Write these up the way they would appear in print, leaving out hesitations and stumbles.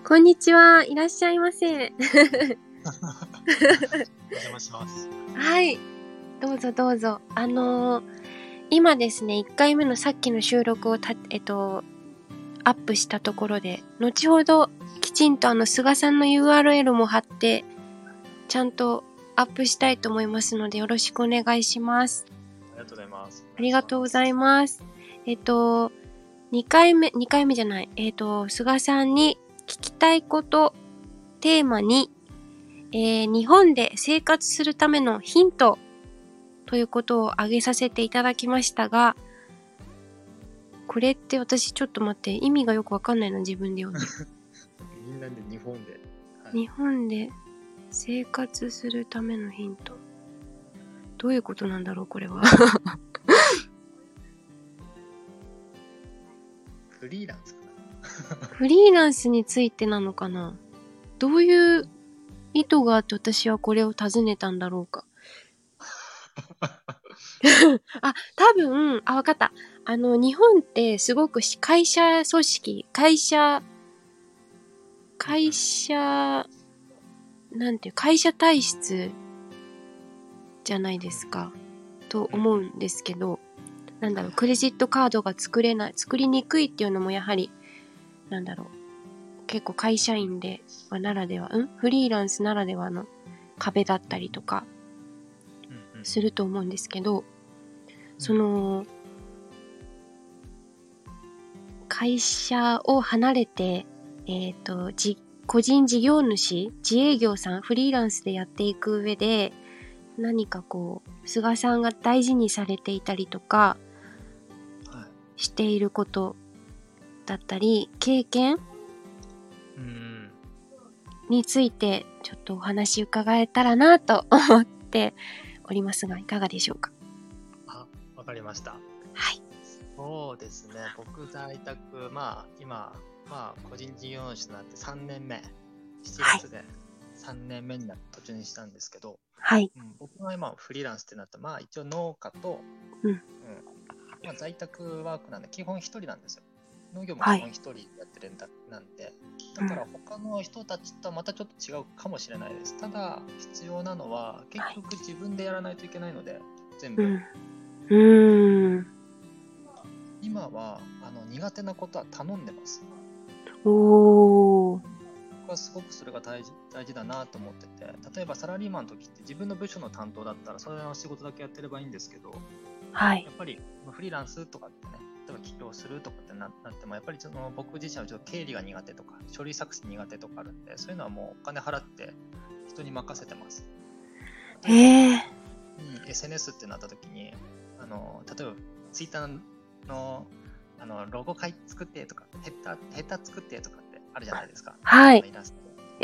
こんにちは。いらっしゃいませ。 お邪魔します。 はい。どうぞどうぞ。今ですね、1回目のさっきの収録をアップしたところで、後ほどきちんと菅さんの URL も貼って、ちゃんとアップしたいと思いますので、よろしくお願いします。 ありがとうございます。 ありがとうございます。2回目じゃない。菅さんに聞きたいことテーマに、日本で生活するためのヒントということを挙げさせていただきましたが、これって私ちょっと待って、意味がよくわかんないの、自分で読んで。 みんなで日本で、 はい、日本で生活するためのヒント。どういうことなんだろう、これは。 フリーランスかな。 フリーランスについてなのかな。どういう意図があって私はこれを尋ねたんだろうか。あ、多分、わかった。日本ってすごく会社組織、会社体質じゃないですか、と思うんですけど、クレジットカードが作りにくいっていうのもやはり、結構会社員ではならでは、フリーランスならではの壁だったりとかすると思うんですけど、その会社を離れて、個人事業主、自営業さん、フリーランスでやっていく上で、何かこう、菅さんが大事にされていたりとか、していることだったり、経験について、ちょっとお話伺えたらなと思っておりますが、いかがでしょうか。 わかりました。 はい。 そうですね。僕在宅、今、個人事業主になって3年目、7月で3年目に途中にしたんですけど、 はい。 僕は今フリーランスってなって、一応農家と、在宅ワークなんで基本一人なんですよ。農業も基本一人やってるんなんで、だから他の人たちとはまたちょっと違うかもしれないです。ただ必要なのは結局自分でやらないといけないので、全部。今は苦手なことは頼んでます。僕はすごくそれが大事だなと思ってて、例えばサラリーマンの時って自分の部署の担当だったらそれの仕事だけやってればいいんですけど、やっぱりフリーランスとかってね、例えば起業するとかってなっても、やっぱり僕自身はちょっと経理が苦手とか書類作成苦手とかあるんで、そういうのはもうお金払って人に任せてます。SNS ってなった時に例えばツイッターのロゴ作ってとかヘッダー作ってとかってあるじゃないですか。 はい。 イラスト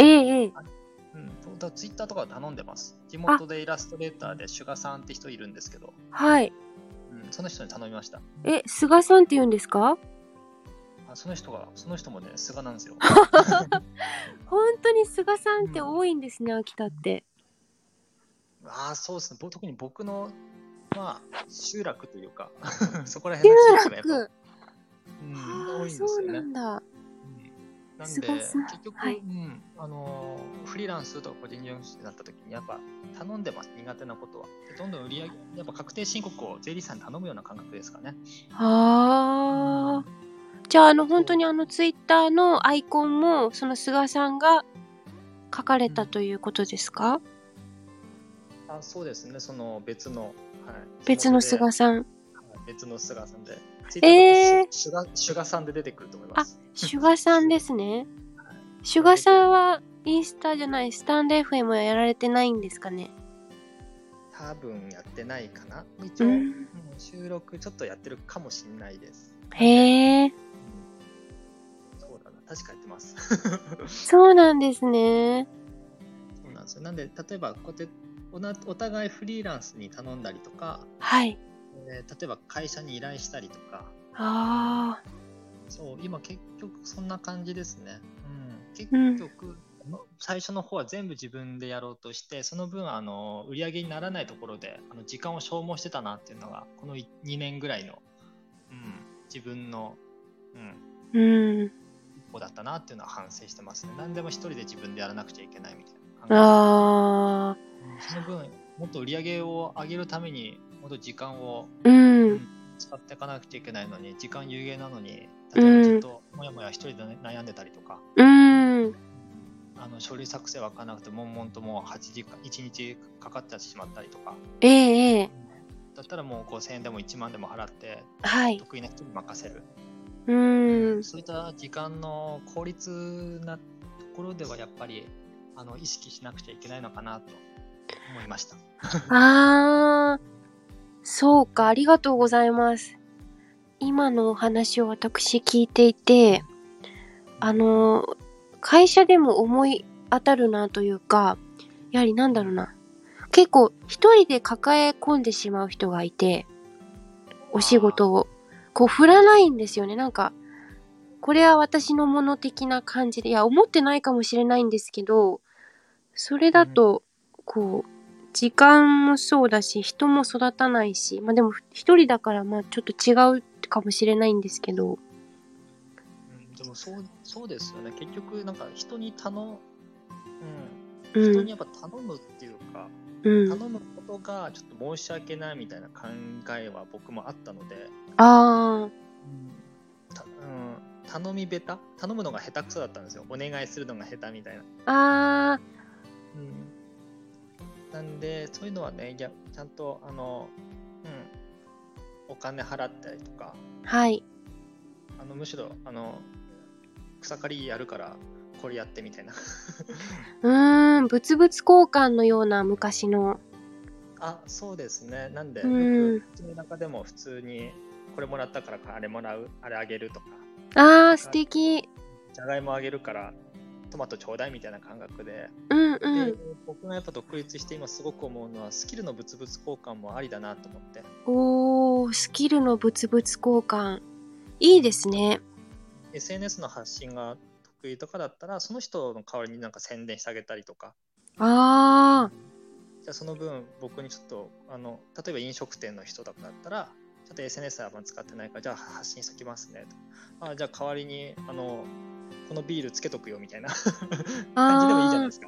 で。 ツイッターとか頼んでます。地元でイラストレーターでシュガさんって人いるんですけど。 はい。 その人に頼みました。 菅さんって言うんですか？ その人もね、菅なんですよ。 本当に菅さんって多いんですね、秋田って。 そうですね。特に僕の集落というかそこら辺の地域がやっぱ多いんですよね。 そうなんだ。 なんで結局、フリーランスとか個人事業主になった時にやっぱ頼んでます。苦手なことはどんどん売り上げ、やっぱ確定申告を税理士さんに頼むような感覚ですかね。 じゃあ本当にツイッターのアイコンもその菅さんが書かれたということですか？ そうですね。その別の菅さん。 別の菅さんで。ツイッターだとシュガさんで出てくると思います。 シュガさんですね。シュガさんはインスタじゃない、スタンド FM はやられてないんですかね？ 多分やってないかな。一応、収録ちょっとやってるかもしれないです。そうだな、確かやってます。 そうなんですね。 そうなんですよ。なんで例えばこうやってお互いフリーランスに頼んだりとか、例えば会社に依頼したりとか。そう、今結局そんな感じですね。結局、最初の方は全部自分でやろうとして、その分売り上げにならないところで時間を消耗してたなっていうのがこの2年ぐらいの、自分の、 歩だったなっていうのは反省してますね。何でも一人で自分でやらなくちゃいけないみたいな。その分もっと売り上げを上げるためにもっと時間を、使っていかなくちゃいけないのに、時間有限なのに、例えばずっともやもや一人で悩んでたりとか、書類作成は分からなくて悶々ともう8時間1日かかってしまったりとか、だったらもう5000円でも1万でも払って、得意な人に任せる。そういった時間の効率なところではやっぱり意識しなくちゃいけないのかなと思いました。 そうか、ありがとうございます。今のお話を私聞いていて、会社でも思い当たるなというか、やはりなんだろうな、結構一人で抱え込んでしまう人がいて、お仕事をこう振らないんですよね。なんかこれは私のもの的な感じで、いや思ってないかもしれないんですけど、それだとこう時間もそうだし人も育たないし、でも一人だからちょっと違うかもしれないんですけど、 でもそうですよね。結局なんか人に人にやっぱ頼むっていうか、頼むことがちょっと申し訳ないみたいな考えは僕もあったので、頼み下手、頼むのが下手くそだったんですよ。お願いするのが下手みたいな。なんでそういうのはね、ちゃんとお金払ったりとか、むしろ草刈りやるからこれやってみたいな物々交換のような昔の。 そうですね。なんでうちの中でも普通にこれもらったからあれもらう、あれあげるとか、 素敵。 じゃがいもあげるからトマトちょうだいみたいな感覚で、で僕がやっぱ独立して今すごく思うのはスキルの物々交換もありだなと思って。 スキルの物々交換いいですね。 SNS の発信が得意とかだったらその人の代わりになんか宣伝してあげたりとか、じゃあその分僕にちょっと例えば飲食店の人だったらちょっと SNS はあんま使ってないからじゃあ発信しときますねと、じゃあ代わりにこのビールつけとくよみたいな感じでもいいじゃないですか。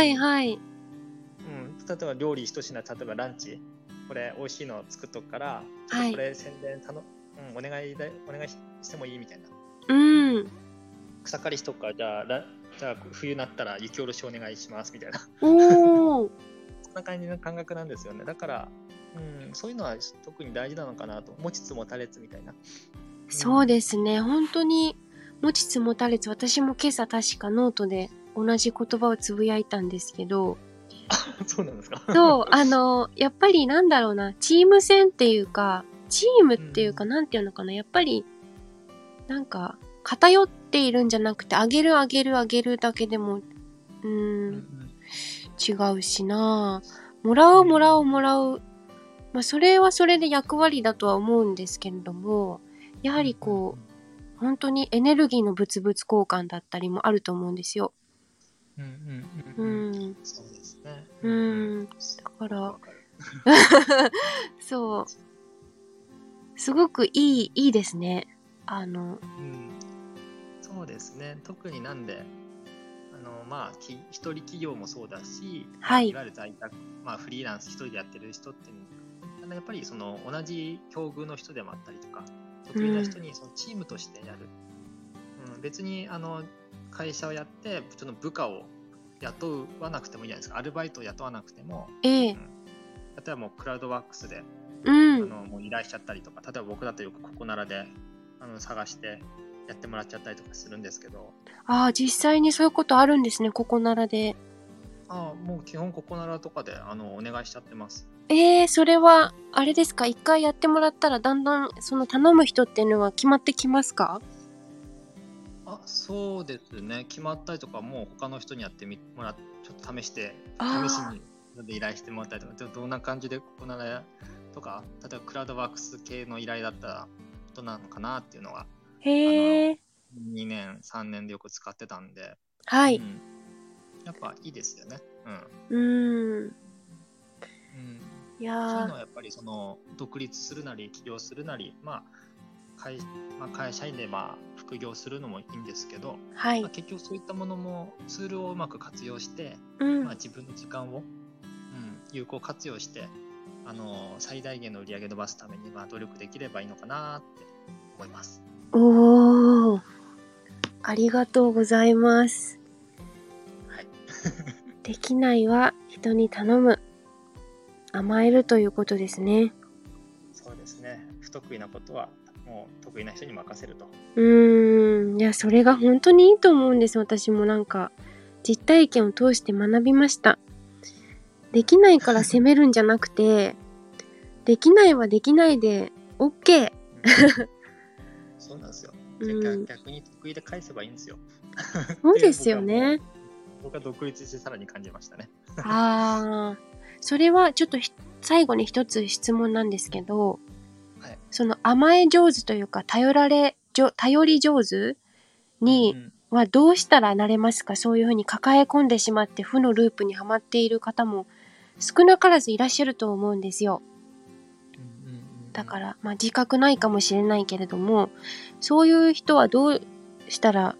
例えば料理一品、例えばランチこれ美味しいの作っとくからちょっとこれ宣伝お願いしてもいいみたいな。草刈りしとくからじゃあ冬になったら雪下ろしお願いしますみたいなそんな感じの感覚なんですよね。だから、そういうのは特に大事なのかなと。持ちつ持たれつみたいな。 そうですね。本当に持ちつ持たれつ。私も今朝確かノートで同じ言葉をつぶやいたんですけど。 そうなんですか。 そう、やっぱりなんだろうな、チーム戦っていうか、チームっていうか、なんていうのかな、やっぱりなんか偏っているんじゃなくて、あげるだけでも違うしな、もらう、それはそれで役割だとは思うんですけれども、やはりこう本当にエネルギーの物々交換だったりもあると思うんですよ。 そうですね。 だからそうすごくいいですね。 そうですね。特になんで一人企業もそうだし、いわゆる在宅、フリーランス一人でやってる人ってやっぱりその同じ境遇の人でもあったりとか、得意な人にそのチームとしてやる。別に会社をやってその部下を雇わなくてもいいじゃないですか。アルバイトを雇わなくても、例えばもうクラウドワークスで、もう依頼しちゃったりとか、例えば僕だとよくココナラで探してやってもらっちゃったりとかするんですけど。 実際にそういうことあるんですね、ココナラで。 もう基本ココナラとかでお願いしちゃってます。 それはあれですか、一回やってもらったらだんだんその頼む人っていうのは決まってきますか？ そうですね。決まったりとか、もう他の人にやってもらって、ちょっと試しに依頼してもらったりとか、どんな感じでココナラとか、例えばクラウドワークス系の依頼だったらどうなのかなっていうのは、2年3年でよく使ってたんで、やっぱいいですよね。いやそういうのはやっぱりその独立するなり起業するなり、 会社員で副業するのもいいんですけど、 はい。 結局そういったものもツールをうまく活用して、自分の時間を、有効活用して最大限の売り上げ伸ばすために努力できればいいのかなって思います。 おー、ありがとうございます。 はい。 できないは人に頼む。甘えるということですね。 そうですね。不得意なことはもう得意な人に任せると。 いや、それが本当にいいと思うんです。私も実体験を通して学びました。できないから責めるんじゃなくて、できないはできないで OK。 そうなんですよ。逆に得意で返せばいいんですよ。 そうですよね。 僕は独立してさらに感じましたね。 それはちょっと最後に一つ質問なんですけど、 はい、 その甘え上手というか頼り上手にはどうしたらなれますか？そういうふうに抱え込んでしまって負のループにはまっている方も少なからずいらっしゃると思うんですよ。だから自覚ないかもしれないけれども、そういう人はどうしたら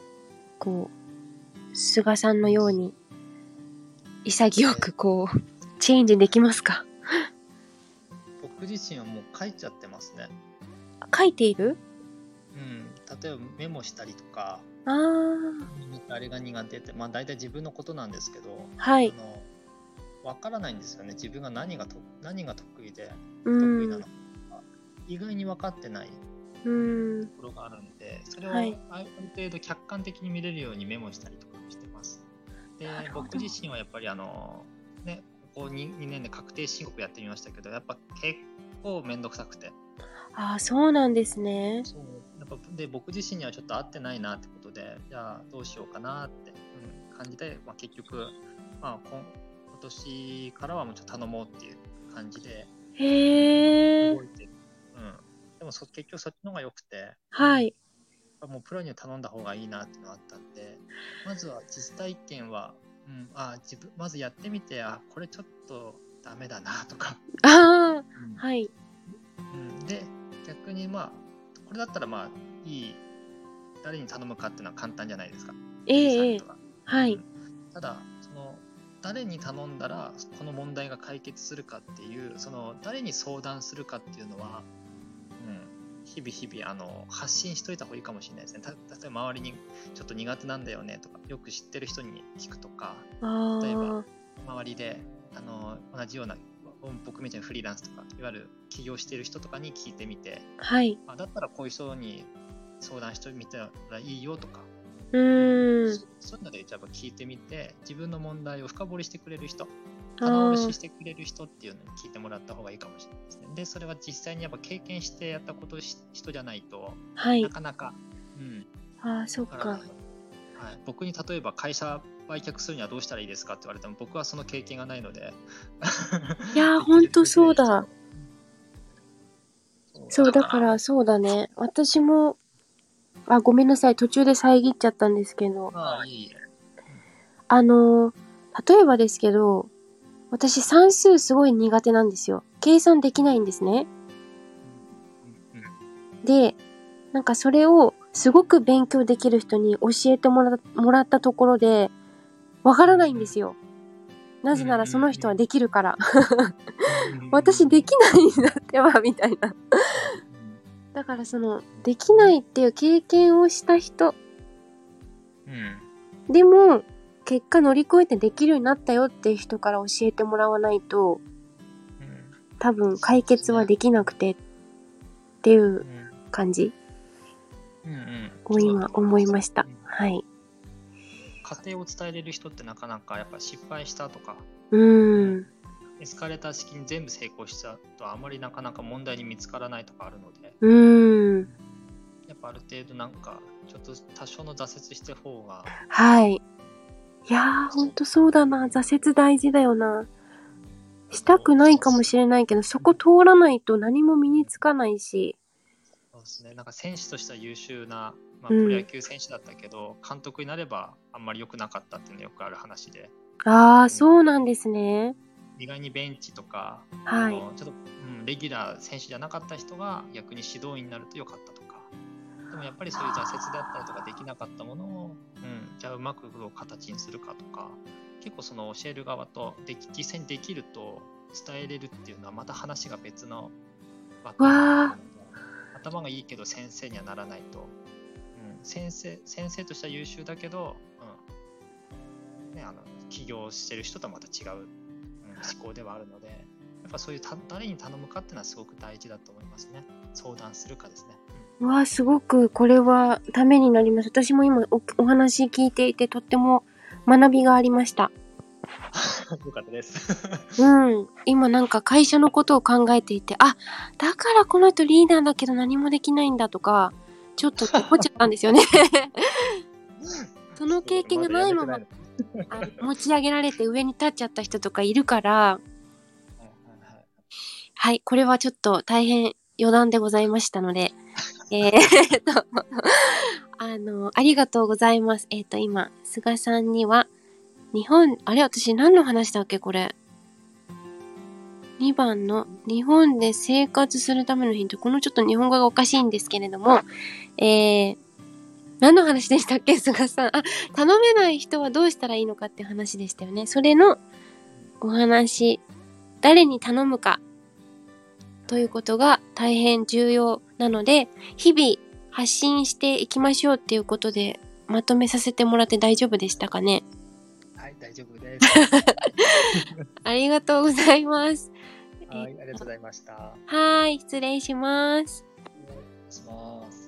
菅さんのように潔くチェンジできますか？ 僕自身はもう書いちゃってますね。 書いている？ 例えばメモしたりとか、あれが苦手って、大体自分のことなんですけど、 はい。 わからないんですよね。自分が何が得意で不得意なのか意外に分かってないところがあるんで、それをある程度客観的に見れるようにメモしたりとかしてます。で、僕自身はやっぱりここ 2年で確定申告やってみましたけど、やっぱ結構めんどくさくて。 そうなんですね。 そうやっぱで僕自身にはちょっと合ってないなってことで、じゃあどうしようかなって、感じで、結局、今年からはもうちょっと頼もうっていう感じで動いてる。でも結局そっちの方が良くて、 はい。 もうプロに頼んだ方がいいなっていうのがあったんで、まずは実体験は、まずやってみて、これちょっとダメだなとか。 はい。 で、逆にこれだったら誰に頼むかっていうのは簡単じゃないですか。 はい。 ただ、誰に頼んだらこの問題が解決するかっていう、誰に相談するかっていうのは、日々発信しといた方がいいかもしれないですね。例えば周りにちょっと苦手なんだよねとか、よく知ってる人に聞くとか、例えば周りで同じような僕みたいなフリーランスとかいわゆる起業している人とかに聞いてみて、だったらこういう人に相談してみたらいいよとか、そういうのでやっぱ聞いてみて、自分の問題を深掘りしてくれる人、棚卸ししてくれる人っていうのに聞いてもらった方がいいかもしれないですね。で、それは実際にやっぱ経験してやった人じゃないと、なかなか、 そっか。 僕に例えば会社売却するにはどうしたらいいですかって言われても、僕はその経験がないので。 いやー、ほんとそうだ。そう、だからそうだね。私も、ごめんなさい。途中で遮っちゃったんですけど。 いいえ。 例えばですけど、私算数すごい苦手なんですよ。計算できないんですね。で、それをすごく勉強できる人に教えてもらったところで、わからないんですよ。なぜならその人はできるから。私できないんだってば、みたいな。だからできないっていう経験をした人。でも、結果乗り越えてできるようになったよっていう人から教えてもらわないと、多分解決はできなくてっていう感じを今思いました。はい。 過程を伝えれる人ってなかなかやっぱ失敗したとか、エスカレーター式に全部成功したとあまりなかなか問題に見つからないとかあるので、やっぱある程度ちょっと多少の挫折した方が。 はい。いやー、ほんとそうだな。挫折大事だよな。したくないかもしれないけど、そこ通らないと何も身につかないし。 そうですね。選手としては優秀な、プロ野球選手だったけど、監督になればあんまり良くなかったっていうのはよくある話で。 そうなんですね。 意外にベンチとか、 はい、 ちょっと、レギュラー選手じゃなかった人が逆に指導員になると良かったとか、でもやっぱりそういう挫折であったりとかできなかったものを、じゃあうまくどう形にするかとか、結構その教える側と実際にできると伝えれるっていうのはまた話が別の枠になってくるので、頭がいいけど先生にはならないと、先生としては優秀だけど、起業してる人とはまた違う、思考ではあるので、やっぱそういう誰に頼むかっていうのはすごく大事だと思いますね。相談するかですね。 わあ、すごくこれはためになります。私も今お話聞いていてとっても学びがありました。 よかったです。 今なんか会社のことを考えていて、あ、だからこの人リーダーだけど何もできないんだとか、ちょっと思っちゃったんですよね。その経験がないまま持ち上げられて上に立っちゃった人とかいるから、はい、これはちょっと大変余談でございましたので、ありがとうございます。今、菅さんには、私何の話だっけこれ。2番の日本で生活するためのヒント。このちょっと日本語がおかしいんですけれども、何の話でしたっけ菅さん。頼めない人はどうしたらいいのかって話でしたよね。それのお話、誰に頼むかということが大変重要なので、日々発信していきましょうっていうことでまとめさせてもらって大丈夫でしたかね。 はい、大丈夫です。 ありがとうございます。 はい、ありがとうございました。 はい、失礼します。 失礼します。